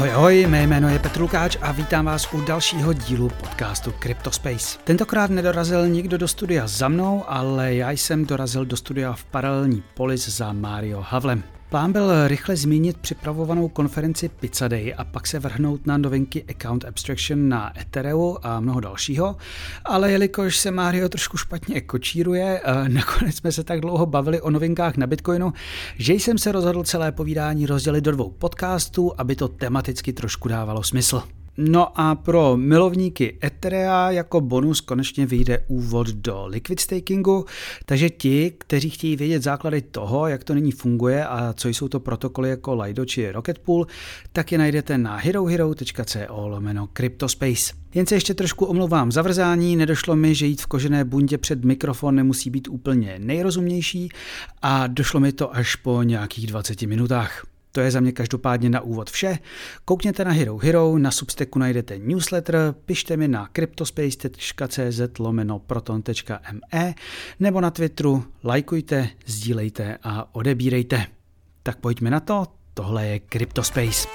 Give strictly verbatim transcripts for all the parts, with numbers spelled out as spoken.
Ahoj, ahoj, mé jméno je Petr Lukáč a vítám vás u dalšího dílu podcastu CryptoSpace. Tentokrát nedorazil nikdo do studia za mnou, ale já jsem dorazil do studia v paralelní polis za Mário Havlem. Plán byl rychle zmínit připravovanou konferenci Pizza Day a pak se vrhnout na novinky Account Abstraction na Ethereu a mnoho dalšího, ale jelikož se Mário trošku špatně kočíruje, nakonec jsme se tak dlouho bavili o novinkách na Bitcoinu, že jsem se rozhodl celé povídání rozdělit do dvou podcastů, aby to tematicky trošku dávalo smysl. No a pro milovníky Etherea jako bonus konečně vyjde úvod do liquid stakingu, takže ti, kteří chtějí vědět základy toho, jak to nyní funguje a co jsou to protokoly jako Lido či Rocket Pool, tak je najdete na herohero.co lomeno CryptoSpace. Jen se ještě trošku omlouvám za vrzání, nedošlo mi, že jít v kožené bundě před mikrofon nemusí být úplně nejrozumnější a došlo mi to až po nějakých dvaceti minutách. To je za mě každopádně na úvod vše. Koukněte na Hero Hero, na Substacku najdete newsletter, pište mi na cryptospace.cz lomeno proton.me nebo na Twitteru, lajkujte, sdílejte a odebírejte. Tak pojďme na to, tohle je CryptoSpace.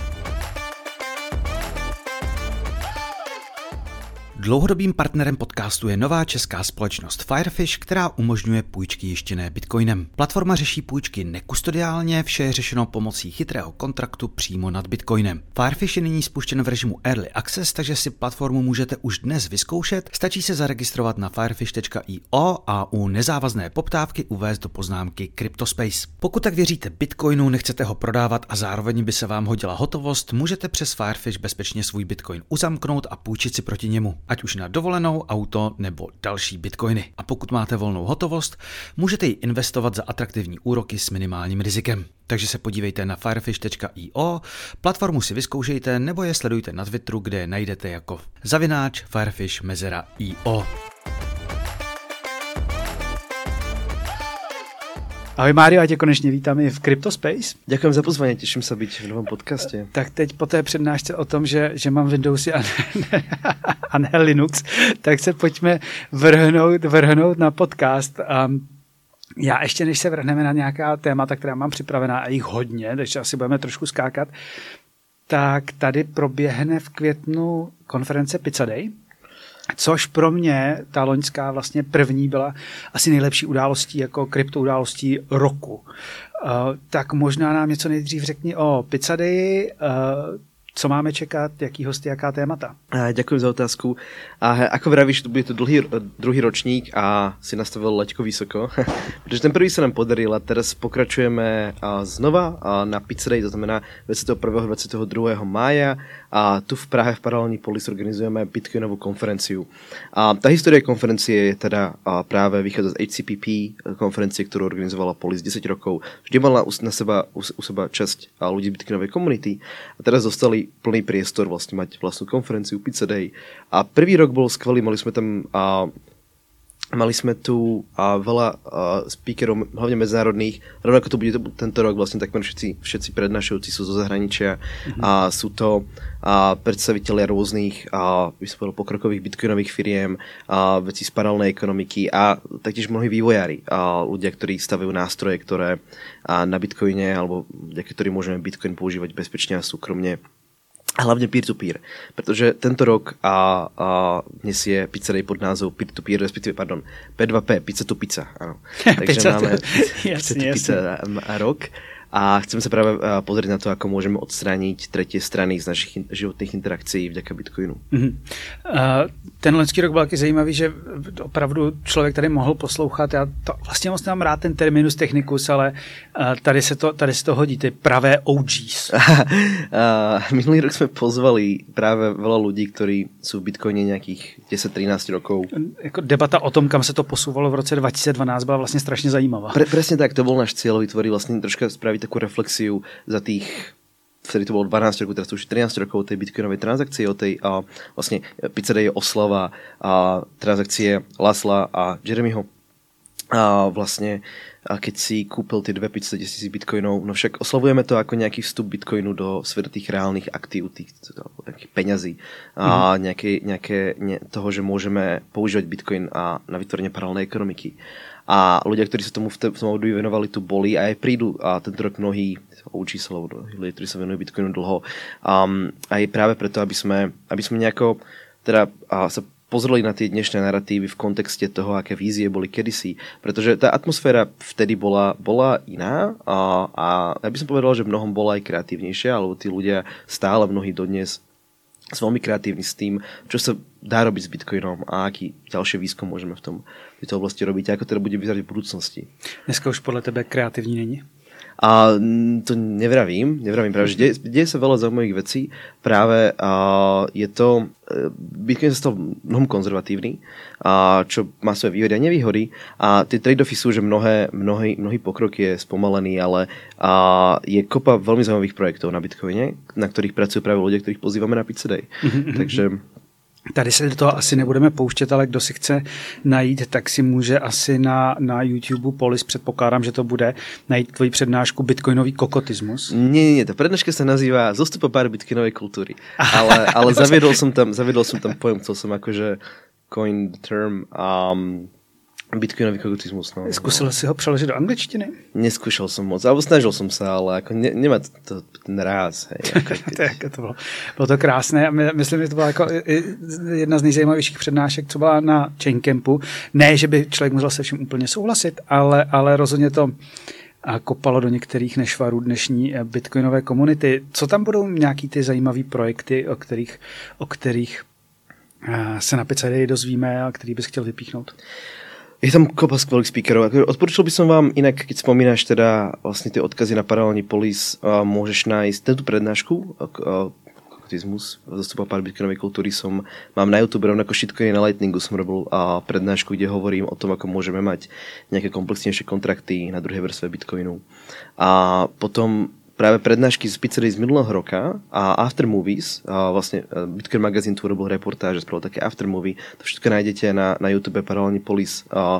Dlouhodobým partnerem podcastu je nová česká společnost Firefish, která umožňuje půjčky jištěné bitcoinem. Platforma řeší půjčky nekustodiálně, vše je řešeno pomocí chytrého kontraktu přímo nad bitcoinem. Firefish je nyní spuštěn v režimu Early Access, takže si platformu můžete už dnes vyzkoušet. Stačí se zaregistrovat na firefish tečka io a u nezávazné poptávky uvést do poznámky CryptoSpace. Pokud tak věříte bitcoinu, nechcete ho prodávat a zároveň by se vám hodila hotovost, můžete přes Firefish bezpečně svůj bitcoin uzamknout a půjčit si proti němu. Ať už na dovolenou, auto nebo další bitcoiny. A pokud máte volnou hotovost, můžete ji investovat za atraktivní úroky s minimálním rizikem. Takže se podívejte na firefish tečka io, platformu si vyzkoušejte nebo je sledujte na Twitteru, kde je najdete jako zavináč firefish mezera io. Ahoj Mário, a tě konečně vítám i v CryptoSpace. Ďakujem za pozvání, těším se být v novém podcaste. Tak teď po té přednášce o tom, že, že mám Windowsy a ne, a ne Linux, tak se pojďme vrhnout, vrhnout na podcast. Um, já ještě než se vrhneme na nějaká témata, která mám připravená, a jich hodně, takže asi budeme trošku skákat, tak tady proběhne v květnu konference Pizza Day, což pro mě ta loňská vlastně první byla asi nejlepší událostí jako krypto událostí roku. Uh, tak možná nám něco nejdřív řekni o Pizza Day, uh, co máme čekat, jaký hosty, jaká témata. Ďakujem za otázku. A ako vravíš, to bude to dlhý, druhý ročník a si nastavil laťko vysoko, protože ten prvý sa nám podaril a teraz pokračujeme znova na Pizza Day, to znamená dvadsiateho prvého a dvadsiateho druhého mája a tu v Prahe v paralelní polis organizujeme bitcoinovú konferenciu. A tá história konferencie je teda práve vychádza z H C P P konferencie, ktorú organizovala Polis desať rokov. Vždy mala na seba, u seba časť ľudí z bitcoinovej komunity a teraz dostali plný priestor vlastne mať vlastnú konferenciu Pizza Day. A prvý rok bol skvelý, mali sme tam a, mali sme tu a, veľa a, speakerov, hlavne medzinárodných. Rovnako to bude to, tento rok vlastne takmer všetci, všetci prednášajúci sú zo zahraničia mm-hmm. a sú to a, predstavitelia rôznych a, pokrokových bitcoinových firiem, a, veci z paralelnej ekonomiky a taktiež mnohí vývojári, a, ľudia, ktorí stavajú nástroje, ktoré a, na bitcoine alebo ktorí môžeme bitcoin používať bezpečne a súkromne. A hlavne peer-to-peer, pretože tento rok a, a dnes je Pizza Day pod názov peer-to-peer, respektíve, pardon, P dva P, pizza to pizza, áno. Takže máme Pizza to pizza rok a chceme sa práve pozrieť na to, ako môžeme odstrániť tretie strany z našich životných interakcií vďaka Bitcoinu. Mm-hmm. Uh, ten loňský rok byl taky zajímavý, že opravdu člověk tady mohl poslouchat. Já to vlastně moc nemám rád ten terminus technicus, ale uh, tady, se to, tady se to hodí, ty pravé O Gs. uh, minulý rok sme pozvali práve veľa ľudí, ktorí sú v Bitcoine nejakých desať trinásť rokov. Jako debata o tom, kam se to posouvalo v roce dva tisíce dvanáct, byla vlastně strašně zajímavá. Pre, presne tak, to bol náš cieľ, vytvoriť vlastne troška spraviť takú reflexiu za tých, vtedy to bolo dvanásť rokov, teraz to už trinásť rokov tej bitcoinovej transakcie, o tej a vlastne Pizza Day je oslava a transakcie Lasla a Jeremyho a vlastne a keď si kúpil tie dvetisíc päťsto bitcoinov, no však oslavujeme to ako nejaký vstup bitcoinu do sveta tých reálnych aktív, tých takých peňazí a mm. nejaké, nejaké ne, toho, že môžeme používať bitcoin a na vytvorenie paralelnej ekonomiky. A ľudia, ktorí sa tomu v tom období venovali, tu boli a aj prídu a tento rok mnohí čísla, ľudia, ktorí sa venujú bitcoinu dlho. Um, a je práve preto, aby sme, aby sme nejako teda a sa pozreli na tie dnešné naratívy v kontexte toho, aké vízie boli kedysi. Pretože tá atmosféra vtedy bola, bola iná a, a ja by som povedal, že mnohom bola aj kreatívnejšia, alebo tí ľudia stále mnohí dodnes sú veľmi kreatívni s tým, čo sa dá robiť s bitcoinom a aký ďalší výskum môžeme v tom v tejto oblasti robiť, ako teda bude vyzerať v budúcnosti. Dneska už podľa tebe kreatívní není? A to nevravím, nevravím práve, že deje, deje sa veľa zaujímavých vecí. Práve a, je to, Bitcoin sa stal mnohom konzervatívny, a, čo má svoje výhody a nevýhody. A tie trade-offy sú, že mnohé, mnohý, mnohý pokrok je spomalený, ale a, je kopa veľmi zaujímavých projektov na Bitcoine, na ktorých pracujú práve ľudia, ktorých pozývame na Pizza Day. Takže tady se do toho asi nebudeme pouštět, ale kdo si chce najít, tak si může asi na, na YouTube Polis, předpokládám, že to bude, najít tvoji přednášku Bitcoinový kokotismus. Nie, nie, tá prednáška sa nazýva Zostup a pár bitcoinovej kultúry. Ale, ale zaviedol som tam, zaviedol som tam pojem, chcel som akože coin the term um, bitcoinový kokotismus. No. Zkusil si ho přeložit do angličtiny? Neskúšal som moc, alebo snažil som sa, ale ako ne, nemá to, to ten ráz. Hej, ako to, to bylo, bylo to krásné a my, myslím, že to byla jako jedna z nejzajímavějších přednášek, co byla na Chaincampu. Ne, že by člověk musel se vším úplně souhlasit, ale, ale rozhodně to kopalo do některých nešvarů dnešní bitcoinové komunity. Co tam budou nějaký ty zajímavý projekty, o kterých, o kterých se na Pizza Day dozvíme a který bys chtěl vypíchnout? Je tam kopa skvelých speakerov. Odporúčil by som vám inak, keď spomínaš teda vlastne tie odkazy na Paralelní Polis, uh, môžeš nájsť tento prednášku uh, kokotismus, Zostup a pár bitcoinovej kultúry som mám na YouTube, rovnako shitcoiny na Lightningu som robil uh, prednášku, kde hovorím o tom, ako môžeme mať nejaké komplexnejšie kontrakty na druhej vrstve bitcoinu. A potom práve prednášky z Pizza Day z minulého roka a After Movies, a vlastne Bitcoin Magazine tu robil reportáž, spravil také After Movie, to všetko nájdete na, na YouTube Paralelní Polis, a,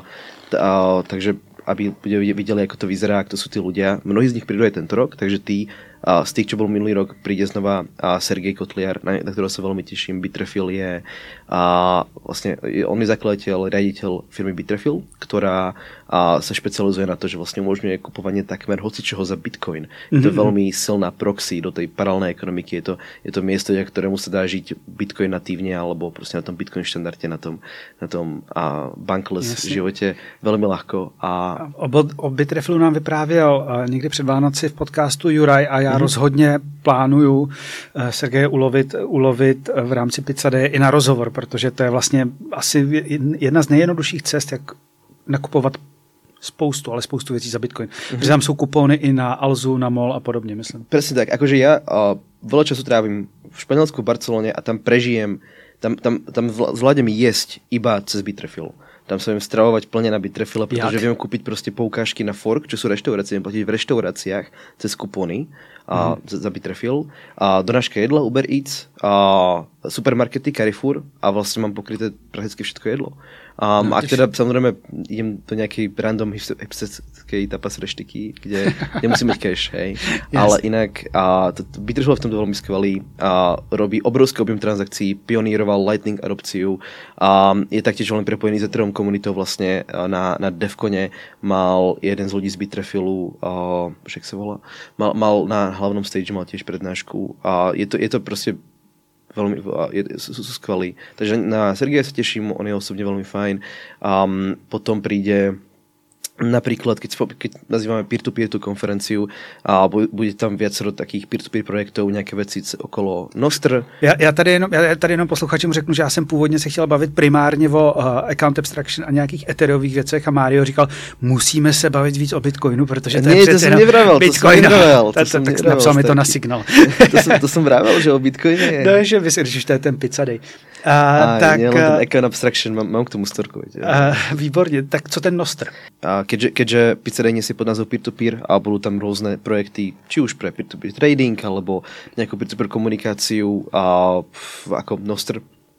a, takže aby videli, ako to vyzerá, kto sú tí ľudia. Mnohí z nich prídu aj tento rok, takže tí a z tých, čo bol minulý rok, príde znova a Sergej Kotliar, na, na ktorého sa veľmi teším. Bitrefil je a vlastne on je zakladateľ, riaditeľ firmy Bitrefil, ktorá a, sa špecializuje na to, že vlastne umožňuje kupovanie takmer hocičoho za Bitcoin. Je to mm-hmm. veľmi silná proxy do tej paralelnej ekonomiky. Je to, je to miesto, ktorému sa dá žiť Bitcoin natívne alebo proste na tom Bitcoin štandarde, na tom, na tom a, bankless Jasne. živote veľmi ľahko. A O, o Bitrefilu nám vyprávěl někdy před Vánoci v podcastu Juraj a já mm-hmm. rozhodně plánuju Sergeje ulovit, ulovit v rámci Pizza Day i na rozhovor, protože to je vlastně asi jedna z nejjednodušších cest, jak nakupovat spoustu, ale spoustu věcí za Bitcoin. Mm-hmm. Protože tam jsou kupóny i na Alzu, na Mol a podobně, myslím. Presne tak, akože ja uh, veľa času trávim v Španielsku, v Barcelone a tam prežijem, tam, tam, tam zvládnem jesť iba cez Bitrefil. Tam sa viem stravovať plne na Bitrefile, pretože Jak? viem kúpiť proste poukážky na Fork, čo sú reštaurácie, viem platiť v reštauráciách cez kupóny a, mm. za, za Bitrefil. A donáška jedla, Uber Eats, a supermarkety, Carrefour a vlastne mám pokryté prakticky všetko jedlo. Um, no, ak teda samozrejme idem do nejakej random hipsterskej tapas reštiky, kde nemusím mať cash, hej. Yes. Ale inak a, Bitrefil v tomto veľmi skvelý a robí obrovský objem transakcií, pioníroval Lightning adopciu a je taktiež veľmi prepojený s Ethereum komunitou vlastne na, na Devcone mal jeden z ľudí z Bitrefilu, uh, však sa volá, mal, mal na hlavnom stage mal tiež prednášku a je to, je to proste veľmi, je, sú, sú skvelí. Takže na Sergeja sa teším, on je osobne veľmi fajn. Um, potom príde napríklad, keď, keď nazývame peer-to-peer tú konferenciu a bude tam viacero takých peer-to-peer projektov, nějaké věci okolo Nostr. Já, já, tady jenom, já tady jenom posluchačům řeknu, že já jsem původně se chtěl bavit primárně o uh, account abstraction a nějakých ethereových věcech a Mário říkal, musíme se bavit víc o Bitcoinu, protože to ne, je přece to jsem nevravel, Bitcoin. To jsem nevravel, tak, tak, tak napsal mi to na signál. to, jsem, to jsem vravel, že o Bitcoine je. No, že vy, když to je ten Pizza Day. Uh, a, tak, nie, ten account abstraction, mám, mám k tomu storku. Uh, výborně, tak co ten Nostr? A keďže, keďže Pizza Day nesie pod názov peer-to-peer a budú tam rôzne projekty, či už pre peer-to-peer trading, alebo nejakú peer-to-peer komunikáciu a, ako Nostr.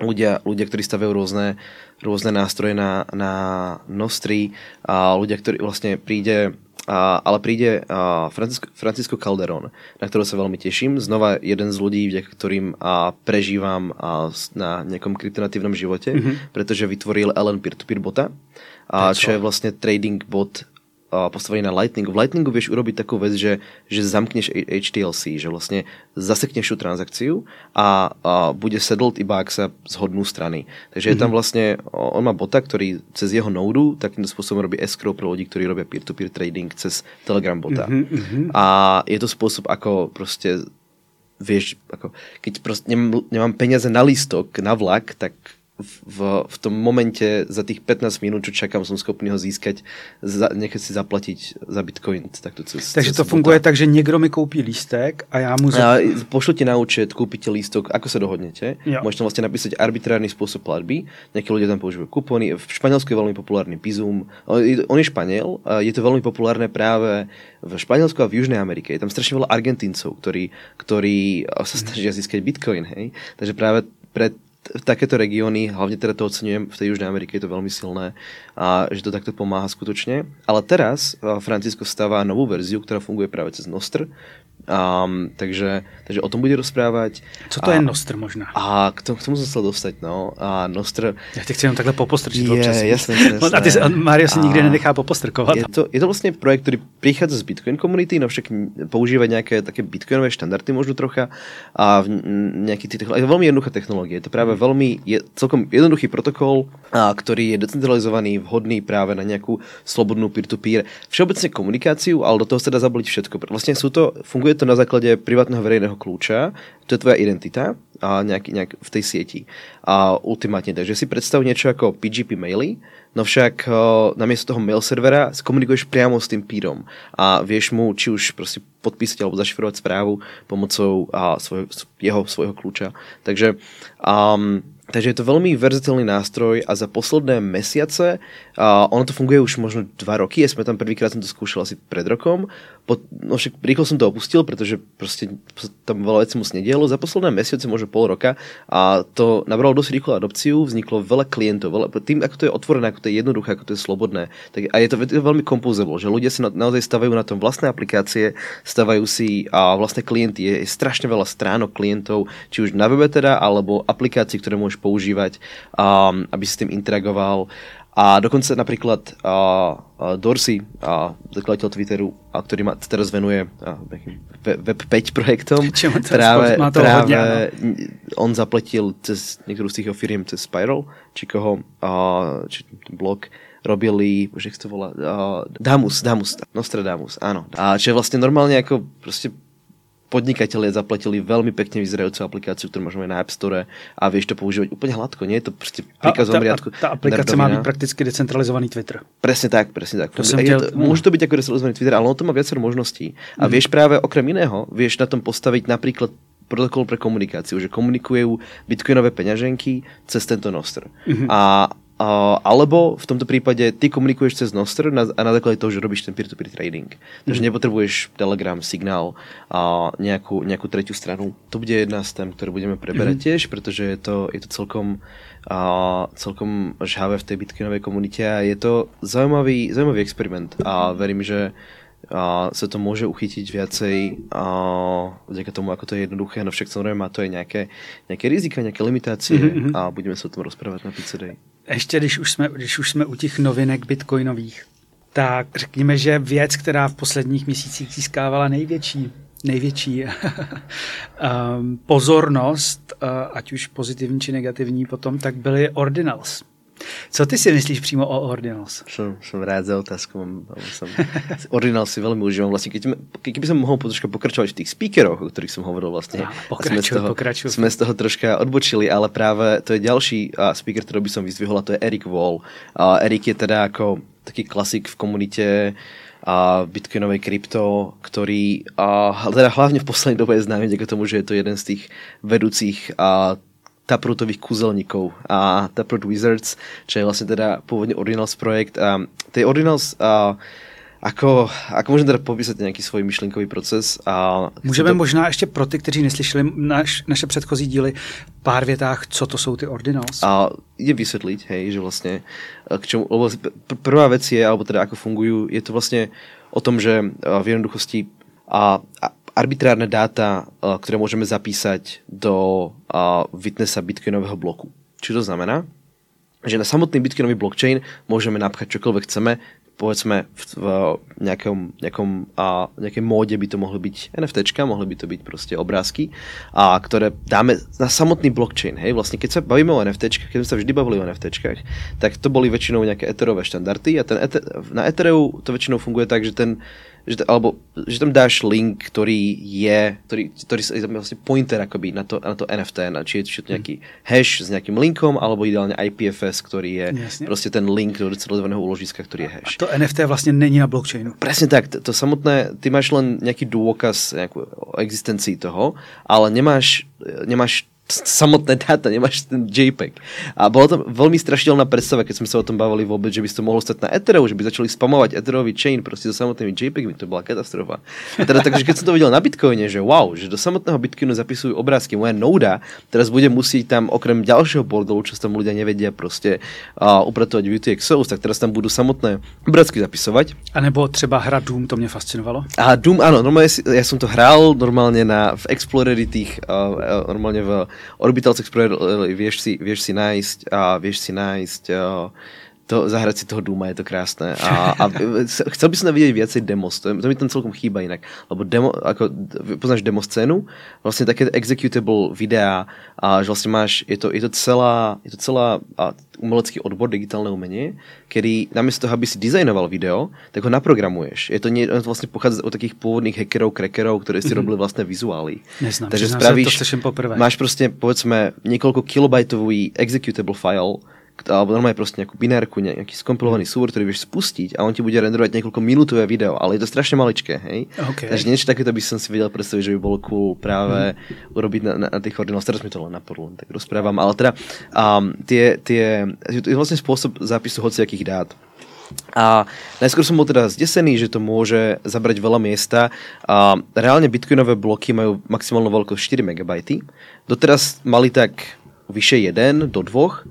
ľudia, ľudia ktorí stavajú rôzne, rôzne nástroje na, na Nostry a ľudia, ktorí vlastne príde A, ale príde a, Francisco, Francisco Calderón, na ktorého sa veľmi teším. Znova jeden z ľudí, vďaka ktorým a, prežívam a, na nejakom kryptonatívnom živote, mm-hmm. pretože vytvoril L N peer-to-peer bota, a, čo je vlastne trading bot a, postavený na Lightningu. V Lightningu vieš urobiť takú vec, že, že zamkneš H T L C, že vlastne zasekneš tú transakciu a, a bude settled iba ak sa zhodnú strany. Takže mm-hmm. je tam vlastne, on má bota, ktorý cez jeho nódu takýmto spôsobom robí escrow pre ľudí, ktorí robia peer-to-peer trading cez Telegram bota. Mm-hmm. A je to spôsob, ako proste vieš, ako keď proste nemám, nemám peniaze na lístok, na vlak, tak V, v tom momente za tých pätnásť minút, čo čakám, som schopný ho získať, za, nechať si zaplatiť za Bitcoin. Takto cez, Takže cez to funguje tak, že někdo mi koupí lístek a já mu... A pošlu ti na účet, kúpite lístok, ako sa dohodnete. Jo. Môžete vlastne napísať arbitrárny spôsob platby. Nejakí ľudia tam používajú kupóny. V Španielsku je veľmi populárny Bizum. On je Španiel. Je to veľmi populárne práve v Španielsku a v Južnej Amerike. Je tam strašne veľa Argentíncov, ktorí, ktorí sa snažia získať Bitcoin. Hej? Takže práve pre takéto regióny, hlavne teda to oceňujem, v tej Južnej Amerike je to veľmi silné a že to takto pomáha skutočne. Ale teraz Francisco stáva novú verziu, ktorá funguje práve cez Nostr. Um, takže, takže o tom bude rozprávať. Co to a, je Nostr možná? A k tomu, k tomu som chcel dostať, no. A Nostr... Ja ti chci jenom takhle popostrčiť je, občas. Jasné, jasné. A ty, Mário si nikdy nenechá popostrkovat. Je to, je to vlastne projekt, ktorý prichádza z Bitcoin komunity, no však používa nejaké také bitcoinové štandardy možno trocha a nejaký tých technológií. Je veľmi jednoduchá technológia. Je to práve veľmi je, celkom jednoduchý protokol, a, ktorý je decentralizovaný, vhodný práve na nejakú slobodnú peer-to-peer všeobecne komunikáciu, ale do toho sa dá zabaliť všetko. Vlastne sú to, funguje to na základe privátneho verejného kľúča, to je tvoja identita a nejak, nejak v tej sieti. A ultimátne, takže si predstav niečo ako P G P maily, no však uh, namiesto toho mail servera komunikuješ priamo s tým pírom a vieš mu či už proste podpísať alebo zašifrovať správu pomocou uh, svojho, jeho svojho kľúča. Takže um, Takže je to veľmi verzatilný nástroj a za posledné mesiace, uh, ono to funguje už možno dva roky, ja sme tam prvýkrát som to skúšal asi pred rokom, po, no však rýchlo som to opustil, pretože proste tam veľa vecí moc nedielo, za posledné mesiace, možno pol roka a to nabralo dosť rýchlo adopciu, vzniklo veľa klientov, veľa, tým ako to je otvorené, ako to je jednoduché, ako to je slobodné, tak, a je to, je to veľmi composable, že ľudia si na, naozaj stavajú na tom vlastné aplikácie, stavajú si a vlastné klienty, je, je strašne veľa stránok klientov, či už na webe teda, alebo aplikácií, ktoré môžeš používať, um, aby si s tým interagoval. A dokonca napríklad uh, uh, Dorsey, uh, zakladateľ Twitteru, a ktorý ma teraz venuje uh, web päť projektom, práve, práve on zapletil cez niektorú z tých firiem cez Spiral, či koho, uh, či blog, robili, bože, jak to volá, uh, Damus, Damus, Nostradamus, áno. A čo je vlastne normálne ako proste podnikatelia zaplatili veľmi pekne vyzerajúcu aplikáciu, ktorú môžeme na App Store a vieš to používať úplne hladko, nie je to proste príkazom riadku. A tá aplikácia má byť prakticky decentralizovaný Twitter. Presne tak, presne tak. To to, děl... Môže to byť ako decentralizovaný Twitter, ale on to má viacero možností. A mm. vieš práve okrem iného, vieš na tom postaviť napríklad protokol pre komunikáciu, že komunikujú bitcoinové peňaženky cez tento Nostr. Mm-hmm. A Uh, alebo v tomto prípade ty komunikuješ cez Nostr na, a na základe toho, že robíš ten peer-to-peer trading. Takže mm. nepotrebuješ Telegram, Signál a nejakú, nejakú tretiu stranu. To bude jedna z tém, ktorú budeme preberať mm. tiež, pretože je to, je to celkom, uh, celkom žhavé v tej bitcoinovej komunite a je to zaujímavý, zaujímavý experiment a verím, že uh, sa to môže uchytiť viacej uh, vďaka tomu, ako to je jednoduché, no však samozrejme má to aj nejaké, nejaké rizika, nejaké limitácie mm-hmm. a budeme sa o tom rozprávať na Pizza Day. Ještě když už jsme, když už jsme u těch novinek bitcoinových, tak řekněme, že věc, která v posledních měsících získávala největší, největší um, pozornost, uh, ať už pozitivní či negativní potom, tak byly ordinals. Co ty si myslíš přímo o ordinals? Som, som rád za otázku. Som, ordinals si veľmi užívam. Vlastne, keď, keby som mohol troška pokračovať v tých speakeroch, o ktorých som hovoril vlastne. Ja, pokračuj, sme, z toho, pokračuj. sme z toho troška odbočili, ale práve to je ďalší uh, speaker, ktorý by som vyzdvihol, a to je Eric Wall. Uh, Eric je teda ako taký klasik v komunite a bitcoinovej krypto, ktorý uh, teda hlavne v poslednej dobe je známy ako tomu, že je to jeden z tých vedúcich uh, Taprotových kúzelníkov a Taproot Wizards, čo je vlastne teda pôvodne Ordinals projekt. A tej Ordinals a, Ako, ako môžem teda popísať nejaký svoj myšlenkový proces? A Můžeme to... možná ještě pro ty, kteří neslyšeli naš, naše předchozí díly, pár větách, co to jsou ty ordinals? A idem vysvetliť, hej, že vlastne k čomu, lebo prvá vec je, alebo teda ako fungujú, je to vlastne o tom, že v jednoduchosti a, a arbitrárne dáta, ktoré môžeme zapísať do a, witnessa bitcoinového bloku. Čo to znamená? Že na samotný bitcoinový blockchain môžeme napchať čokoľvek chceme, povedzme v, v nejakom, nejakom, a, nejakej móde by to mohli byť NFTčka, mohli by to byť proste obrázky, a ktoré dáme na samotný blockchain. Hej? Vlastne keď sa bavíme o NFTčkách, keď sme sa vždy bavili o NFTčkách, tak to boli väčšinou nejaké etherové štandardy a ten ether, na Ethereu to väčšinou funguje tak, že ten Že, alebo, že tam dáš link, ktorý je, ktorý, ktorý je vlastne pointer akoby na to, na to en ef té, na, či je to nejaký hash s nejakým linkom, alebo ideálne í pé ef es, ktorý je Jasne. Proste ten link do celodobného úložiska, ktorý je hash. A to en ef té vlastne není na blockchainu. Presne tak, to, to samotné, ty máš len nejaký dôkaz nejakú, o existencii toho, ale nemáš, nemáš samotné dáta, nemáš ten JPEG. A bola to veľmi strašidelná predstava, keď sme sa o tom bavili vôbec, že by to mohlo stať na Ethereu, že by začali spamovať Etherový chain proste so samotnými JPEGmi, to bola katastrofa. A teda takže keď som to videl na Bitcoine, že wow, že do samotného Bitcoinu zapisujú obrázky, moja nóda teraz bude musieť tam okrem ďalšieho bordelu, čo tam ľudia nevedia proste uh, upratovať v U T X O S, tak teraz tam budú samotné obrázky zapisovať. A nebo třeba hra Doom, to mě fascinovalo. A Doom, áno, normálne ja som to hral normálne na, v Explorery tých, uh, normálne v Orbital Explorer, vieš si, vieš si nájsť a vieš si nájsť uh, to, zahrať si toho Dooma, je to krásne. A, a chcel by som tam vidieť viacej demos, to, to mi tam celkom chýba inak, lebo demo, ako, poznáš demo scénu, vlastne také executable videá, a že vlastne máš, je to, je to celá, je to celá a, umelecký odbor, digitálne umenie, kedy namiesto toho, aby si dizajnoval video, tak ho naprogramuješ. Je to, nie, to vlastne pochádza od takých pôvodných hackerov, crackerov, ktorí si mm-hmm. robili vlastné vizuály. Neznám, takže spravíš, to máš proste, povedzme, niekoľko kilobajtový executable file, alebo normálne proste nejakú binárku, nejaký skompilovaný súbor, ktorý vieš spustiť a on ti bude renderovať niekoľko minútové video, ale je to strašne maličké, hej? Okay. Takže niečo takéto by som si vedel predstaviť, že by bolo cool práve mm. urobiť na, na, na tých ordinals. Teraz mi to len napadlo, tak rozprávam, ale teda um, tie, tie, je to vlastne spôsob zápisu hociakých dát. A najskôr som bol teda zdesený, že to môže zabrať veľa miesta. A reálne bitcoinové bloky majú maximálnu veľkosť štyri megabajty. Doteraz mali tak vyše jeden do dvoch.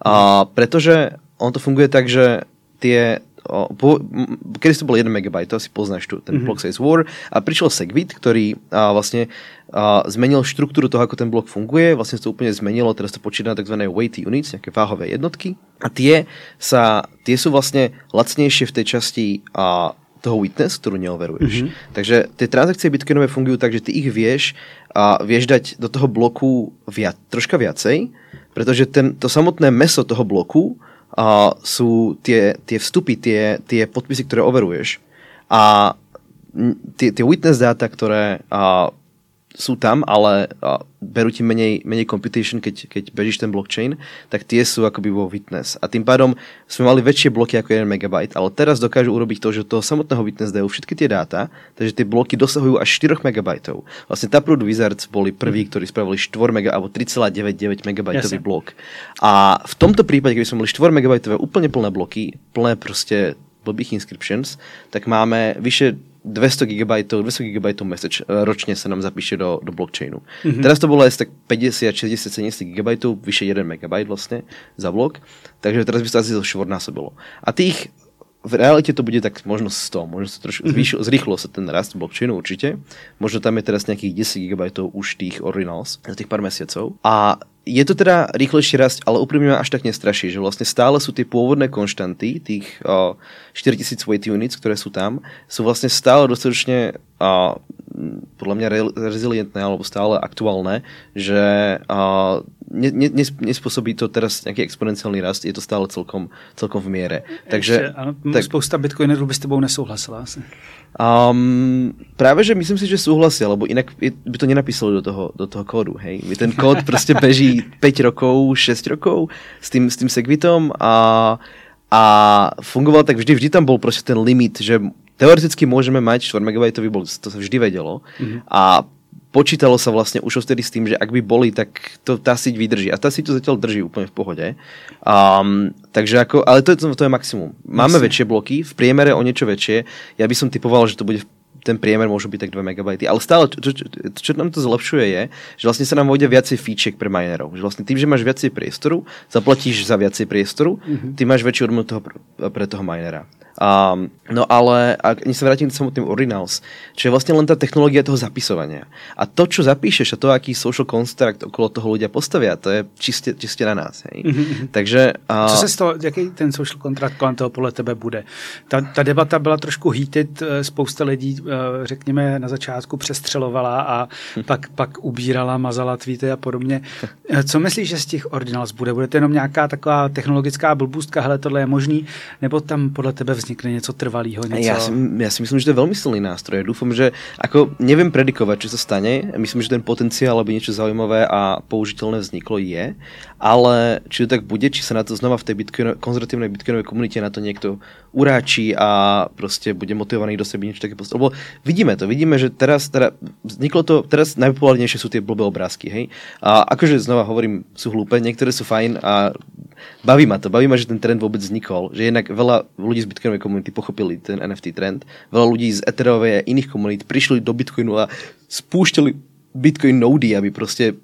A pretože on to funguje tak, že tie o, po, kedy to bol jeden megabajt, to asi poznáš tu, ten mm-hmm. Block Size War, a prišiel Segwit, ktorý a, vlastne a, zmenil štruktúru toho, ako ten blok funguje, vlastne to úplne zmenilo, teraz to počíta na tzv. Weight units, nejaké váhové jednotky, a tie sa, tie sú vlastne lacnejšie v tej časti a, toho witness, ktorú neoveruješ. Mm-hmm. Takže tie transakcie bitcoinové fungujú tak, že ty ich vieš a vieš dať do toho bloku viac, troška viacej, pretože ten, to samotné meso toho bloku a, sú tie, tie vstupy, tie, tie podpisy, ktoré overuješ. A tie, tie witness dáta, ktoré a, sú tam, ale a, berú ti menej, menej computation, keď, keď bežíš ten blockchain, tak tie sú akoby vo witness. A tým pádom sme mali väčšie bloky ako jeden megabajt, ale teraz dokážu urobiť to, že toho samotného witness dajú všetky tie dáta, takže tie bloky dosahujú až štyri megabajtov. Vlastne Taproot Wizards boli prví, ktorí spravili štyri megabajtov alebo tri celé deväťdesiatdeväť megabajtový blok. A v tomto prípade, keby sme mali štyri megabajtové úplne plné bloky, plné proste blbých inscriptions, tak máme vyše dvesto gigabajtov, dvesto gigabajtov message ročne sa nám zapíše do, do blockchainu. Mm-hmm. Teraz to bolo asi tak päťdesiat, šesťdesiat, sedemdesiat gigabajtov, vyše jeden megabajt vlastne za blok, takže teraz by sa asi štvornásobilo. A tých v realite to bude tak možno sto, možno sa trošku zvýšilo, zrýchlo sa ten rast blockchainu určite. Možno tam je teraz nejakých desať gigabajtov už tých ordinals za tých pár mesiacov. A je to teda rýchlejší rast, ale úprimne ma až tak nestraší, že vlastne stále sú tie pôvodné konštanty, tých uh, štyritisíc weight units, ktoré sú tam, sú vlastne stále dostatočne uh, podľa mňa re- rezilientné alebo stále aktuálne, že uh, ne, ne, nespôsobí to teraz nejaký exponenciálny rast, je to stále celkom, celkom v miere. Takže, Ešte, áno, tak, spousta bitcoinerů by s tebou nesouhlasila asi. Um, práve, že myslím si, že súhlasia, lebo inak by to nenapísali do toho, do toho kódu, hej. Ten kód proste beží päť rokov, šesť rokov s tým, s tým Segwitom a, a fungoval tak vždy, vždy tam bol proste ten limit, že teoreticky môžeme mať štyri megabajtový blok, to sa vždy vedelo. Mm-hmm. A počítalo sa vlastne už vtedy s tým, že ak by boli, tak to tá síť vydrží. A tá síť to zatiaľ drží úplne v pohode. Um, takže ako, ale to je, to je maximum. Máme Myslím. väčšie bloky, v priemere o niečo väčšie. Ja by som typoval, že to bude ten priemer môže byť tak dva megabajty. Ale stále, čo, čo, čo nám to zlepšuje je, že vlastne sa nám vojde viacej feačiek pre minerov. Že vlastne tým, že máš viacej priestoru, zaplatíš za viacej priestoru, mm-hmm. ty máš väčšiu odmenu toho, pre toho minera. Um, no ale, ak sa vrátim k samotným Ordinals, čo je vlastne len tá technológia toho zapisovania. A to, čo zapíšeš a to, aký social construct okolo toho ľudia postavia, to je čiste, čiste na nás. Hej? Mm-hmm. Takže... Uh... Co se z toho, jaký ten social contract kolem toho podle tebe bude? Ta, ta debata byla trošku heated, spousta lidí, řekněme, na začátku přestřelovala a hm. pak, pak ubírala, mazala tweety a podobně. Co myslíš, že z těch Ordinals bude? Bude to jenom nějaká taková technologická blbůstka, hele, tohle je možný, nebo tam podle tebe vznikne něco trvalého? Něco... Ja, si, ja si myslím, že to je veľmi silný nástroj. Dúfam, že ako neviem predikovať, čo sa stane. Myslím, že ten potenciál, aby niečo zaujímavé a použiteľné vzniklo je, ale či to tak bude, či sa na to znova v tej bitcoin, konzervatívnej bitcoinovej komunite na to niekto uráčí a proste bude motivovaný do sebe niečo také postaviť. Lebo vidíme to, vidíme, že teraz teda vzniklo to, teraz najpopulárnejšie sú tie blbé obrázky, hej. A akože znova hovorím, sú hlúpe, niektoré sú fajn a baví ma to, baví ma, že ten trend vôbec vznikol, že jednak veľa ľudí z bitcoinovej komunity pochopili ten en ef té trend, veľa ľudí z Ethereovej a iných komunít prišli do Bitcoinu a spúšťali Bitcoin nody, aby proste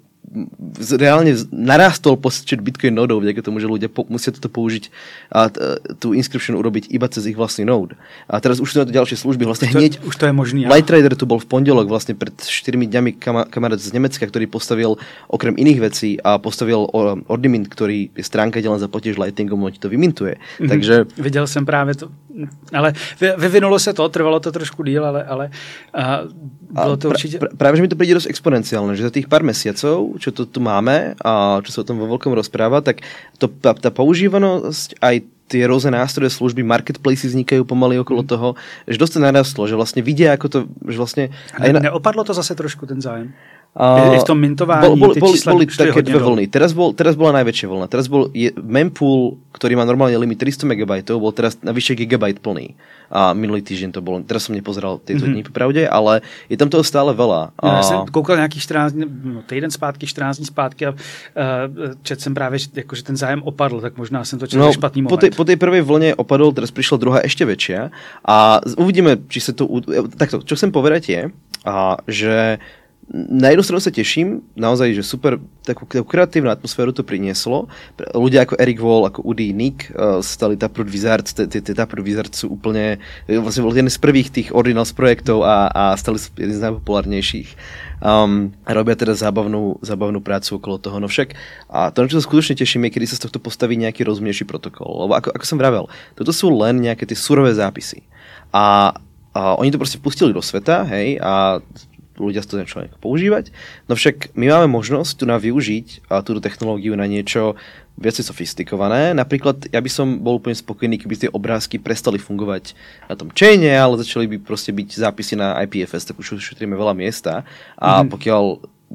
reálne narástol počet Bitcoin nodov vďaka tomu, že ľudia po, musia toto použiť a t, tú inscription urobiť iba cez ich vlastný node. A teraz už sú na to ďalšie služby. Vlastne už to, hneď už to je možný. Lightrider tu bol v pondelok vlastne pred štyrmi dňami kama, kamarát z Nemecka, ktorý postavil okrem iných vecí a postavil Ordimint, ktorý je stránka, kde len zaplatíš Lightningom, on ti to vymintuje. Mm-hmm. Takže... Viděl jsem právě to. Ale vyvinulo se to, trvalo to trošku díl, ale, ale a bylo to určite... Pra, práve, že mi to príde dosť exponenciálne, že za tých pár mesiacov, čo to tu máme a čo sa o tom vo veľkom rozpráva, tak to, tá, tá používanosť aj tie rôzne nástroje, služby, marketplaces vznikajú pomaly okolo toho, že dosť to narastlo, že vlastne vidia, ako to, že vlastne... Aj na... Neopadlo to zase trošku ten zájem? Uh, je v tom mintování, bol, bol, ty boli, čísla boli také dve vlny. Teraz, bol, teraz bola najväčšia vlna. Teraz bol je, mempool, ktorý má normálne limit tristo megabajtov, bol teraz navyše gigabajt plný. A minulý týždeň to bolo. Teraz som nepozeral tieto mm-hmm. dní popravde, ale je tam toho stále veľa. No, ja som koukal nejakých štrnásť dní, no, týden zpátky, štrnásť dní zpátky a uh, čet jsem právě, jako, že ten zájem opadl, tak možná jsem to četl no, špatný moment. Po tej, po tej prvej vlne opadol, teraz prišla druhá ešte väčšia a uvidíme, či sa to... Takto, čo chcem povedať je, a, že na jednu stranu sa teším, naozaj, že super, takú, takú kreatívnu atmosféru to prinieslo. Ľudia ako Eric Wall, ako Udi, Nick uh, stali Taproot Wizards, tie Taproot Wizards sú úplne, vlastne bol jeden z prvých tých Ordinals projektov a, a stali sú jeden z najpopulárnejších. Um, a robia teda zábavnú, zábavnú prácu okolo toho. No však, a to, na čo sa skutočne teším, je, kedy sa z tohto postaví nejaký rozumnejší protokol. Lebo ako, ako som vravel, toto sú len nejaké tie surové zápisy. A, a oni to proste pustili do sveta, hej, a ľudia to začali používať. No však my máme možnosť tu na využiť a, túto technológiu na niečo viacej sofistikované. Napríklad ja by som bol úplne spokojný, keby tie obrázky prestali fungovať na tom chaine, ale začali by proste byť zápisy na í pé ef es, tak už ušetríme veľa miesta. A mm-hmm. pokiaľ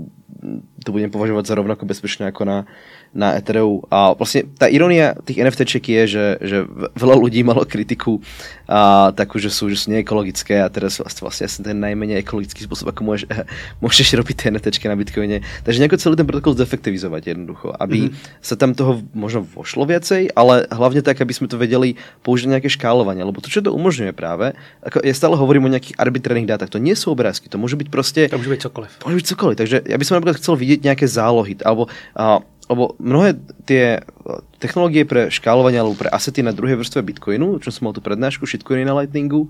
to budem považovať za rovnako bezpečné ako na, na Ethereu. A vlastne tá irónia tých NFTček je, že, že veľa ľudí malo kritiku a takú, že sú, že sú neekologické a teraz vlastne, vlastne asi ten najmenej ekologický spôsob, ako môžeš, môžeš robiť tie NFTčky na Bitcoine. Takže nejako celý ten protokol zefektivizovať jednoducho, aby mm-hmm. sa tam toho možno vošlo viacej, ale hlavne tak, aby sme to vedeli použiť nejaké škálovanie, lebo to, čo to umožňuje práve, ako ja stále hovorím o nejakých arbitrárnych dátach, to nie sú obrázky, to môže byť proste... To môže byť cokoliv. To môže byť cokoliv, takže ja by som napríklad chcel vidieť nejaké zálohy, alebo, a, alebo mnohé tie technológie pre škálovanie alebo pre asety na druhej vrstve Bitcoinu, čo som mal tú prednášku, shitcoiny na Lightningu,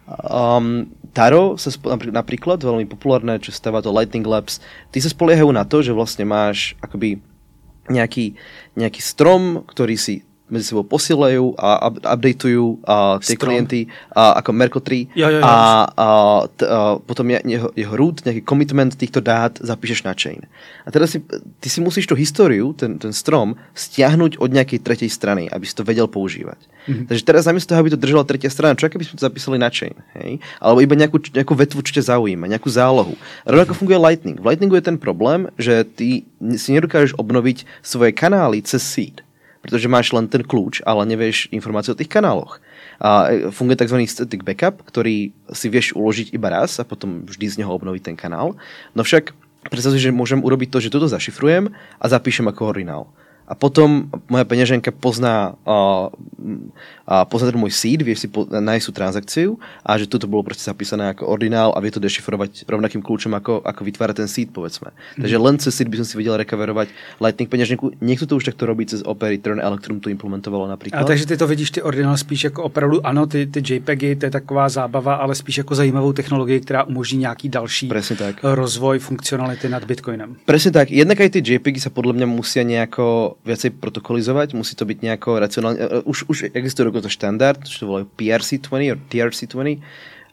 um, Taro sa spo, napríklad, veľmi populárne, čo stáva to Lightning Labs, tí sa spoliehajú na to, že vlastne máš akoby nejaký, nejaký strom, ktorý si medzi sebou posielajú a up, updateujú a tie Strom. klienty a, ako Merkle tri jo, jo, jo. a, a, t, a potom je, jeho, jeho root, nejaký commitment týchto dát zapíšeš na chain. A teraz si, ty si musíš tú históriu, ten, ten strom, stiahnuť od nejakej tretej strany, aby si to vedel používať. Mm-hmm. Takže teraz namiesto toho, aby to držala tretia strana, čo keby sme to zapísali na chain, hej? Alebo iba nejakú, nejakú vetvu, čo ťa zaujíma, nejakú zálohu. Rovnako funguje Lightning. V Lightningu je ten problém, že ty si nedokážeš obnoviť svoje kanály cez seed, pretože máš len ten kľúč, ale nevieš informácie o tých kanáloch. A funguje tzv. Static backup, ktorý si vieš uložiť iba raz a potom vždy z neho obnoviť ten kanál. No však predstav si, že môžem urobiť to, že toto zašifrujem a zapíšem ako originál. A potom moja peňaženka pozná, uh, uh, pozná ten môj seed, vie si po, nájsť tú transakciu a že toto bolo proste zapísané ako ordinál a vie to dešifrovať rovnakým kľúčom, ako, ako vytvára ten seed, povedzme. Mm. Takže len cez seed by som si vedel recoverovať Lightning peňaženku. Niekto to už takto robí cez Opera Return, Electrum to implementovalo napríklad. A takže ty to vidíš, ty ordinál spíš jako opravdu, ano, ty, ty JPEGy, to je taková zábava, ale spíš jako zajímavou technologii, která umožní nějaký další rozvoj funkcionality nad Bitcoinem. Presne tak. Jednak aj tie JPEGy sa podľa mňa musia nejako viacej protokolizovať, musí to byť nejako racionálne. Už, už existuje dokonca štandard, čo to volajú P R C dvadsaťor T R C dvadsať.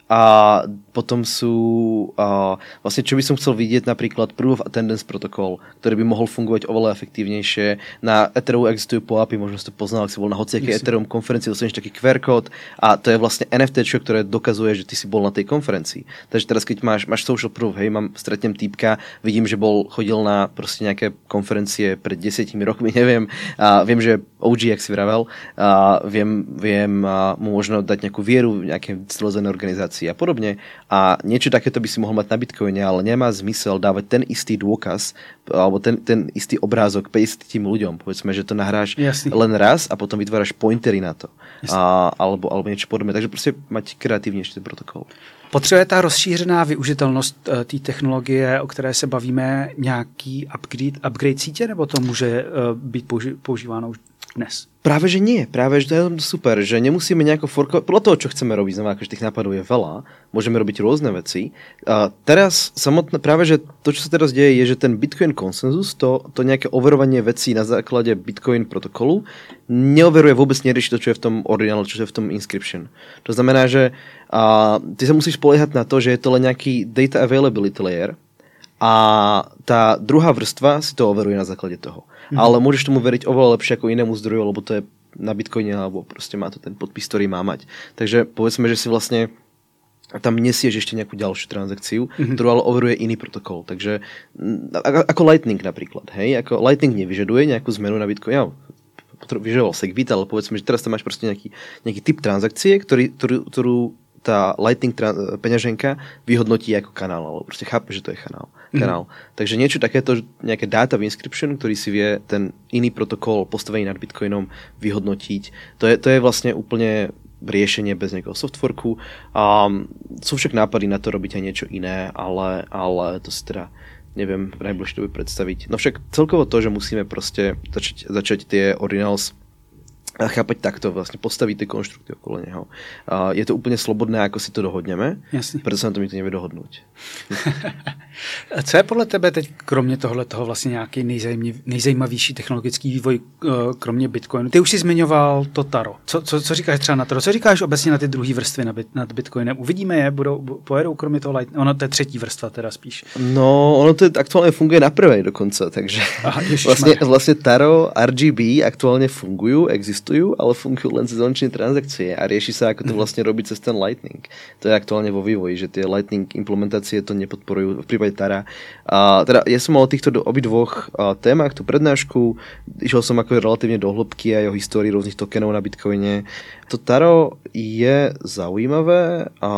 A potom sú a vlastne, čo by som chcel vidieť, napríklad Proof of Attendance protokol, ktorý by mohol fungovať oveľa efektívnejšie. Na Ethereum existujú pó á pé, možno si to poznal, ak si bol na hociakej Ethereum konferencii, dostaneš taký Q R kód a to je vlastne N F T, ktoré dokazuje, že ty si bol na tej konferencii. Takže teraz, keď máš, máš social proof, hej, mám, stretnem týpka, vidím, že bol, chodil na proste nejaké konferencie pred desiatimi rokmi, neviem, a viem, že ó gé, jak si vravel, a viem, viem a mu možno dať nejakú vieru v nejaké celozené organizácie a podobne. A niečo takéto by si mohol mať na Bitcoine, ale nemá zmysel dávať ten istý dôkaz alebo ten, ten istý obrázok päťdesiatim ľuďom. Povedzme, že to nahráš Jasný. len raz a potom vytváraš pointery na to. A, alebo, alebo niečo podobné. Takže proste mať kreatívnejší ten protokol. Potřebuje ta rozšířená využitelnost té technologie, o které se bavíme, nějaký upgrade, upgrade sítě, nebo to může být použi- používáno už dnes? Práve, že nie. Práve, že to je super, že nemusíme nejako forkovať. Podľa toho, čo chceme robiť, znamená, že tých nápadov je veľa, môžeme robiť rôzne veci. A teraz samotné, práve, že to, čo sa teraz deje, je, že ten Bitcoin konsenzus, to, to nejaké overovanie vecí na základe Bitcoin protokolu, neoveruje vôbec, nerieši to, čo je v tom originál, čo je v tom inscription. To znamená, že a, ty sa musíš spoliehať na to, že je to len nejaký data availability layer a tá druhá vrstva si to overuje na základe toho. Mm. Ale môžeš tomu veriť oveľa lepšie ako inému zdroju, lebo to je na Bitcoine, alebo proste má to ten podpis, ktorý má mať. Takže povedzme, že si vlastne tam nesieš ešte nejakú ďalšiu transakciu, mm-hmm. ktorú ale overuje iný protokol. Takže ako Lightning napríklad. Hej? Ako Lightning nevyžaduje nejakú zmenu na Bitcoin. Ja vyžadoval Segwit, ale povedzme, že teraz tam máš proste nejaký, nejaký typ transakcie, ktorý, ktorú, ktorú tá Lightning tra- peňaženka vyhodnotí ako kanál, alebo proste chápe, že to je kanál. kanál. Mm. Takže niečo takéto, nejaké data v inscription, ktorý si vie ten iný protokol postavený nad Bitcoinom vyhodnotiť. To je, to je vlastne úplne riešenie bez nejakého softforku. Um, sú však nápady na to robiť aj niečo iné, ale, ale to si teda neviem v najbližšej dobe predstaviť. No však celkovo to, že musíme proste začať, začať tie ordinals a chápať takto, vlastne postaviť tie konštrukty okolo neho. Uh, je to úplne slobodné, ako si to dohodneme, Jasný. Preto sa na to mi to nevie dohodnúť. Co je podle tebe teď, kromě tohle toho vlastně nějaký nejzajímavější technologický vývoj, kromě Bitcoinu? Ty už jsi zmiňoval to Taro. Co, co, co říkáš třeba na Taro? Co říkáš obecně na ty druhé vrstvy nad Bitcoinem? Uvidíme je, budou, pojedou kromě toho Lightning? Ono to je třetí vrstva teda spíš. No, ono to aktuálně funguje na prvej dokonce, takže Aha, vlastně, vlastně Taro, R G B aktuálně fungují, existují, ale fungují len cez on-chain transakcie a rieši sa, ako to vlastne robiť cez ten Lightning. To je aktuálne vo vývoji, že tie Lightning implementácie to nepodporujú v prípade Tara. A teda ja som mal o týchto obidvoch témach tú prednášku, išiel som ako relatívne do hĺbky aj o histórii rôznych tokenov na Bitcoine. To Taro je zaujímavé a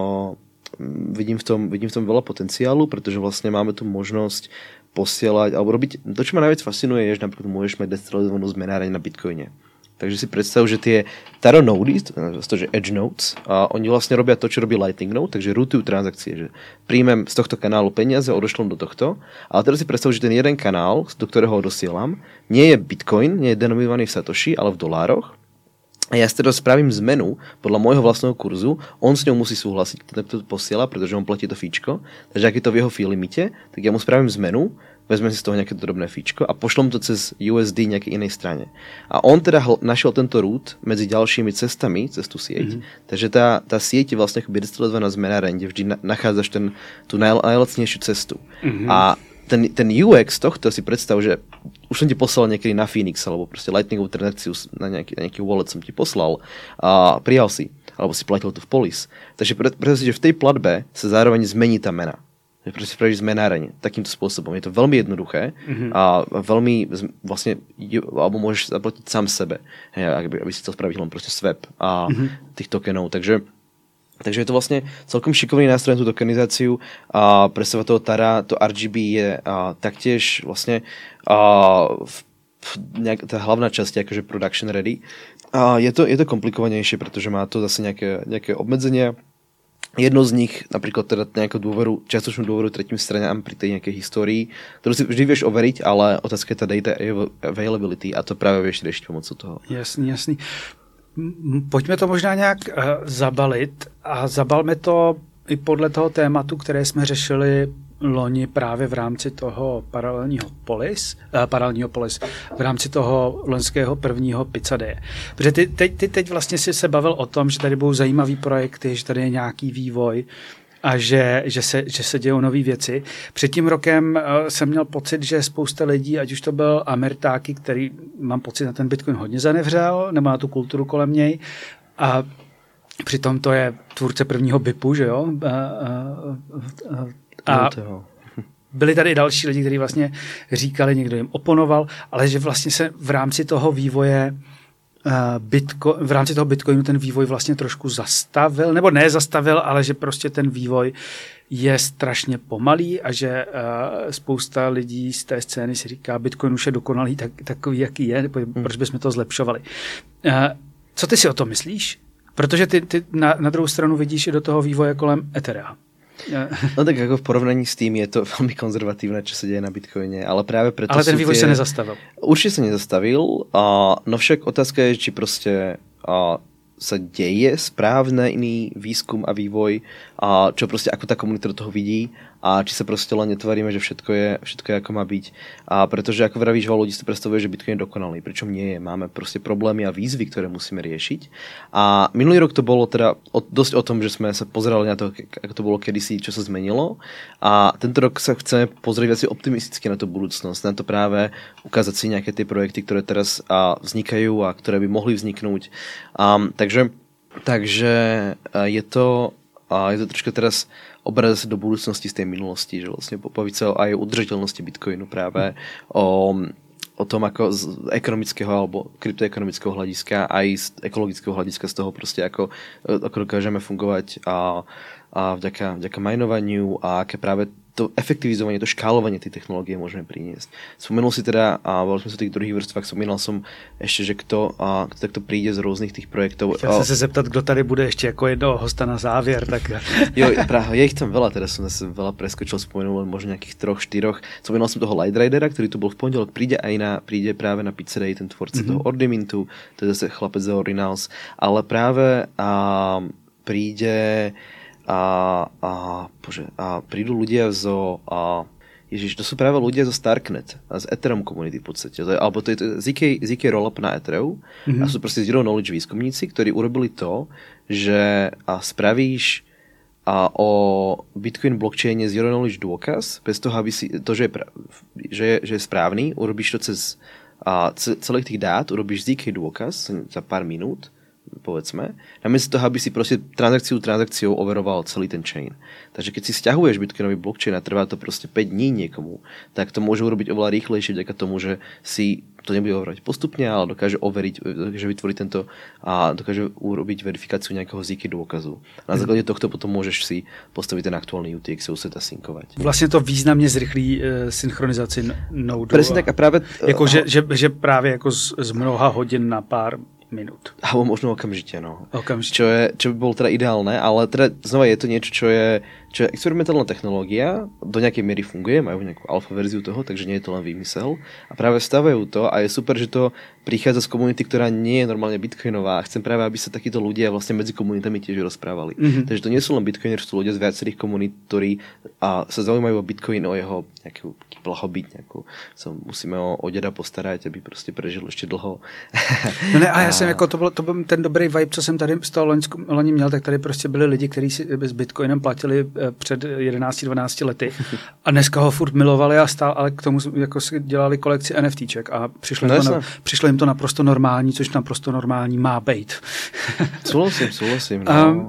vidím v tom, vidím v tom veľa potenciálu, pretože vlastne máme tu možnosť posielať, alebo robiť, to čo ma najviac fascinuje je, že napríklad môžeš mať decentralizovanú zmenáreň na Bitcoine. Takže si predstav, že tie Taro nody, to že Edge nodes, a oni vlastne robia to, čo robí Lightning node, takže routujú transakcie, že príjmem z tohto kanálu peniaze, odošlom do tohto, ale teraz si predstav, že ten jeden kanál, do ktorého odosielam, nie je Bitcoin, nie je denominovaný v Satoshi, ale v dolároch. A ja si teda spravím zmenu podľa môjho vlastného kurzu, on s ňou musí súhlasiť, keď to posiela, pretože on platí to fíčko, takže ak je to v jeho fee limite, tak ja mu spravím zmenu, vezmem si z toho nejaké drobné fíčko a pošlom to cez U S D nejakej inej strane. A on teda hl- našiel tento root medzi ďalšími cestami, cez tú sieť. Mm-hmm. Takže tá, tá sieť je vlastne akoby decentralizovaná zmenáreň, kde vždy na- nachádzaš ten, tú naj- najlacnejšiu cestu. Mm-hmm. A ten, ten U X tohto si predstav, že už som ti poslal niekedy na Phoenix, alebo proste Lightningovú transakciu na nejaký, na nejaký wallet som ti poslal a prijal si, alebo si platil to v Polis. Takže predstav si, že v tej platbe sa zároveň zmení tá mena. že prostě spravíš zmenáreň takýmto spôsobom. Je to veľmi jednoduché mm-hmm. a veľmi vlastne, alebo môžeš zaplatiť sám sebe, hej, aby, aby si chcel spraviť len proste swap a mm-hmm. tých tokenov. Takže Takže je to vlastne celkom šikovný nástroj na tú tokenizáciu a predstava toho Tara, to er gé bé je a, taktiež vlastne a, v, nejak, tá hlavná časť akože production ready. A je to, je to komplikovanejšie, pretože má to zase nejaké, nejaké obmedzenia. Jedno z nich, napríklad teda nejakú dôveru, čiastočnú dôveru tretím stranám pri tej nejakej histórii, ktorú si vždy vieš overiť, ale otázka je tá data availability a to práve vieš riešiť pomocou toho. Jasný, jasný. Pojďme to možná nějak uh, zabalit a zabalme to i podle toho tématu, které jsme řešili loni právě v rámci toho paralelního polis, uh, paralelního polis, v rámci toho loňského prvního Pizza Day. Protože ty, ty, ty teď vlastně si se bavil o tom, že tady budou zajímavý projekty, že tady je nějaký vývoj a že, že, se, že se dějou nové věci. Před tím rokem uh, jsem měl pocit, že spousta lidí, ať už to byl Amertáky, který mám pocit na ten Bitcoin hodně zanevřel, nebo na tu kulturu kolem něj. A přitom to je tvůrce prvního BIPu, že jo? Uh, uh, uh, a byli tady další lidi, kteří vlastně říkali, někdo jim oponoval, ale že vlastně se v rámci toho vývoje Bitco, v rámci toho Bitcoinu ten vývoj vlastně trošku zastavil, nebo ne zastavil, ale že prostě ten vývoj je strašně pomalý a že uh, spousta lidí z té scény si říká, Bitcoin už je dokonalý tak, takový, jaký je, proč bychom to zlepšovali. Uh, co ty si o tom myslíš? Protože ty, ty na, na druhou stranu vidíš i do toho vývoje kolem Ethera. No tak ako v porovnaní s tým je to veľmi konzervatívne, čo sa deje na Bitcoine, ale práve preto Ale ten vývoj tie... sa nezastavil. Určite sa nezastavil, a, no však otázka je, či proste a, sa deje správny výskum a vývoj, a čo proste ako tá komunita do toho vidí a či sa proste len netvárime, že všetko je, všetko je ako má byť. A pretože ako vravíš, veľa ľudí si predstavuje, že Bitcoin je dokonalý, pričom nie je. Máme proste problémy a výzvy, ktoré musíme riešiť. A minulý rok to bolo teda o, dosť o tom, že sme sa pozerali na to, ako to bolo kedysi, čo sa zmenilo. A tento rok sa chceme pozrieť viac optimisticky na tú budúcnosť, na to práve ukázať si nejaké tie projekty, ktoré teraz a, vznikajú a ktoré by mohli vzniknúť. A, takže, takže a, je to a je to troška teraz obrátiť sa do budúcnosti z tej minulosti, že vlastne pobaviť sa aj o udržateľnosti Bitcoinu práve, o, o tom ako z ekonomického alebo kryptoekonomického hľadiska, aj z ekologického hľadiska z toho proste ako, ako dokážeme fungovať a, a vďaka, vďaka minovaniu a aké práve to efektivizovanie, to škálovanie tej technológie môžeme priniesť. Spomenul si teda, a boli sme sa v tých druhých vrstvách, spomínal som ešte, že kto, a, kto takto príde z rôznych tých projektov. Chtěl jsem se zeptat, kdo tady bude ještě jako jednoho hosta na závěr. Tak... jo, práve, je ich tam veľa, teraz som zase veľa preskočil, spomenul len možno nejakých troch, štyroch. Spomínal som toho Lightridera, ktorý tu bol v pondelok, príde aj na, príde práve na Pizza Day, ten tvorca mm-hmm. toho Ordimintu, to je zase chlapec za Ordinals, ale práve a, príde A, a, bože, a prídu ľudia zo... A, ježiš, to sú práve ľudia zo Starknet a z Ethereum komunity v podstate. To je, alebo to je, to je zé ká, zé ká rollup na Ethereum mm-hmm. a sú proste zero knowledge výskumníci, ktorí urobili to, že a spravíš a o Bitcoin blockchaine zero knowledge dôkaz, bez toho, aby si to, že je, pra, že je, že je správny, urobíš to cez a, celých tých dát, urobíš zé ká dôkaz za pár minút, povedzme, namiesto toho, aby si proste transakciu transakciou overoval celý ten chain. Takže keď si sťahuješ Bitcoinový blockchain a trvá to proste päť dní niekomu, tak to môže urobiť oveľa rýchlejšie vďaka tomu, že si to nebude overovať postupne, ale dokáže overiť, dokáže vytvoriť tento a dokáže urobiť verifikáciu nejakého zé ká dôkazu. Na základe tohto potom môžeš si postaviť ten aktuálny U T X set a synkovať. Vlastne to významne zrychlí e, synchronizaci nodu. Presne tak a práve... Jako, že, že, že práve ako z, z mnoha hodin na pár minút. Alebo možno okamžite, no. Okamžite. Čo, je, čo by bolo teda ideálne, ale teda znova je to niečo, čo je, čo je experimentálna technológia, do nejakej miery funguje, majú nejakú alfa verziu toho, takže nie je to len výmysel. A práve stavajú to a je super, že to prichádza z komunity, ktorá nie je normálne bitcoinová. A chcem práve, aby sa takíto ľudia vlastne medzi komunitami tiež rozprávali. Mm-hmm. Takže to nie sú len bitcoineri, sú ľudia z viacerých komunít, ktorí a, sa zaujímajú o bitcoin, o jeho nejakú blahobyt, nejakú sa musíme o, o deda postarať, aby proste prežil ešte dlho. No ne, a já jsem jako, to byl, to byl ten dobrý vibe, co jsem tady z toho loni měl, tak tady prostě byli lidi, kteří si s Bitcoinem platili před jedenácti dvanácti lety a dneska ho furt milovali a stál, ale k tomu jako si dělali kolekci NFTček a přišlo jim, no, to, na, přišlo jim to naprosto normální, což naprosto normální má být. Souhlasím, souhlasím. No. Um,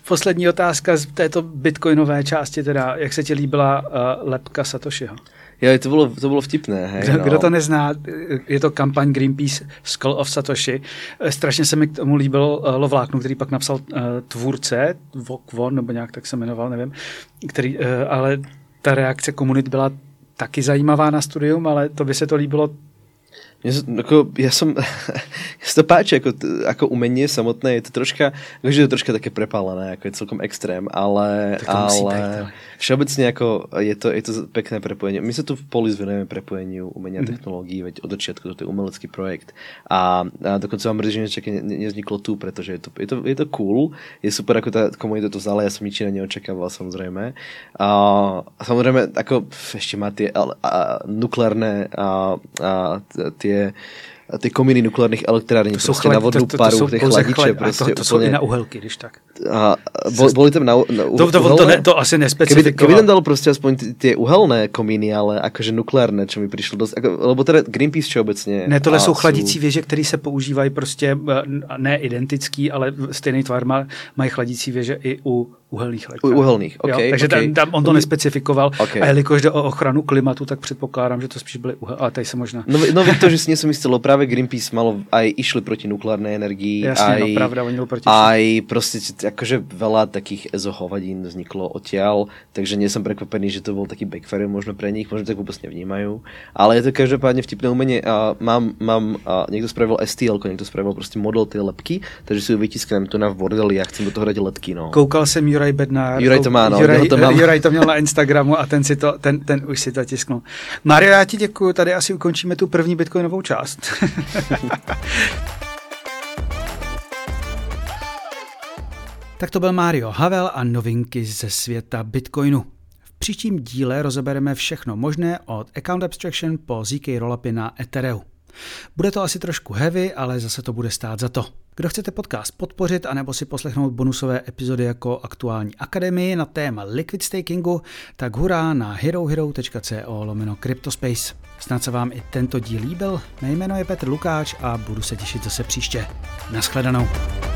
Poslední otázka z této bitcoinové části, teda, jak se ti líbila uh, lebka Satoshiho? Jo, to bylo, to bylo vtipné. Hej, kdo, no. kdo to nezná, je to kampaň Greenpeace Skull of Satoshi. Strašně se mi k tomu líbil uh, Lovláknu, který pak napsal uh, tvůrce, Vokvon, nebo nějak tak se jmenoval, nevím, který, uh, ale ta reakce komunit byla taky zajímavá na studium, ale to by se to líbilo. Jako, ja som, ja to páči, ako, ako umenie samotné, je to troška, akože je to troška také prepálené, ako je celkom extrém, ale, ale všeobecne ako je to, je to pekné prepojenie. My sa tu v Polis venujeme prepojeniu umenia mm. technológií, veď od začiatku to je umelecký projekt a, a dokonca vám mrzí, že niečo ne, nevzniklo tu, pretože je to, je, to, je to cool, je super, ako tá komunita to vzala, ja som nič iné neočakával, samozrejme. A, a samozrejme, ako ešte má tie a, a, nukleárne a, a tie ty kominy nukleárnych elektrární prostě na vodnou to, to, paru, ty chladiče chlad, prostě to, to jsou i na uhelky, když tak. A bol, boli tam na, na to, to, to, ne, to asi nespecifikoval. Keby, keby tam dalo prostě aspoň tie uhelné komíny, ale akože nukleárne, čo mi prišlo dosť, ako, lebo teda Greenpeace všeobecně. Ne, tohle jsou chladící věže, které se používají prostě ne identický, ale stejný tvar má, mají chladící věže i u uhelných elektrární. U uhelných, ok. Jo, takže okay. Tam, tam on to nespecifikoval. Okay. A jelikož jde o ochranu klimatu, tak předpokládám, že to spíš byly uhel, ale tady se možná. No, no to, že si nie som myslel, práve Greenpeace malo aj išli proti nukleárnej energii. Jasne, aj, no pravda, oni boli proti. Aj proste akože veľa takých ezohovadín vzniklo odtiaľ, takže nie som prekvapený, že to bol taký backfire možno pre nich, možno tak vôbec nevnímajú. Ale je to každopádne vtipné umenie. A mám, mám a niekto spravil es té el, niekto spravil proste model tej lepky, takže si ju vytisknem tu na v bordeli a chcem do toho hrať letky. No. Koukal jsem Juraj Bednár. Juraj to má, no. Juraj to, mám. Juraj to měl na Instagramu a ten, si to, ten, ten už si to tisknul. Mário, já ti děkuju, tady asi ukončíme tu první bitcoinovou část. Tak to byl Mário Havel a novinky ze světa Bitcoinu. V příštím díle rozebereme všechno možné od Account Abstraction po zé ká Rollupy na Ethereu. Bude to asi trošku heavy, ale zase to bude stát za to. Kdo chcete podcast podpořit anebo si poslechnout bonusové epizody jako aktuální akademii na téma liquid stakingu, tak hurá na herohero.co lomeno Cryptospace. Snad se vám i tento díl líbil. Mé jméno je Petr Lukáč a budu se těšit zase příště. Naschledanou.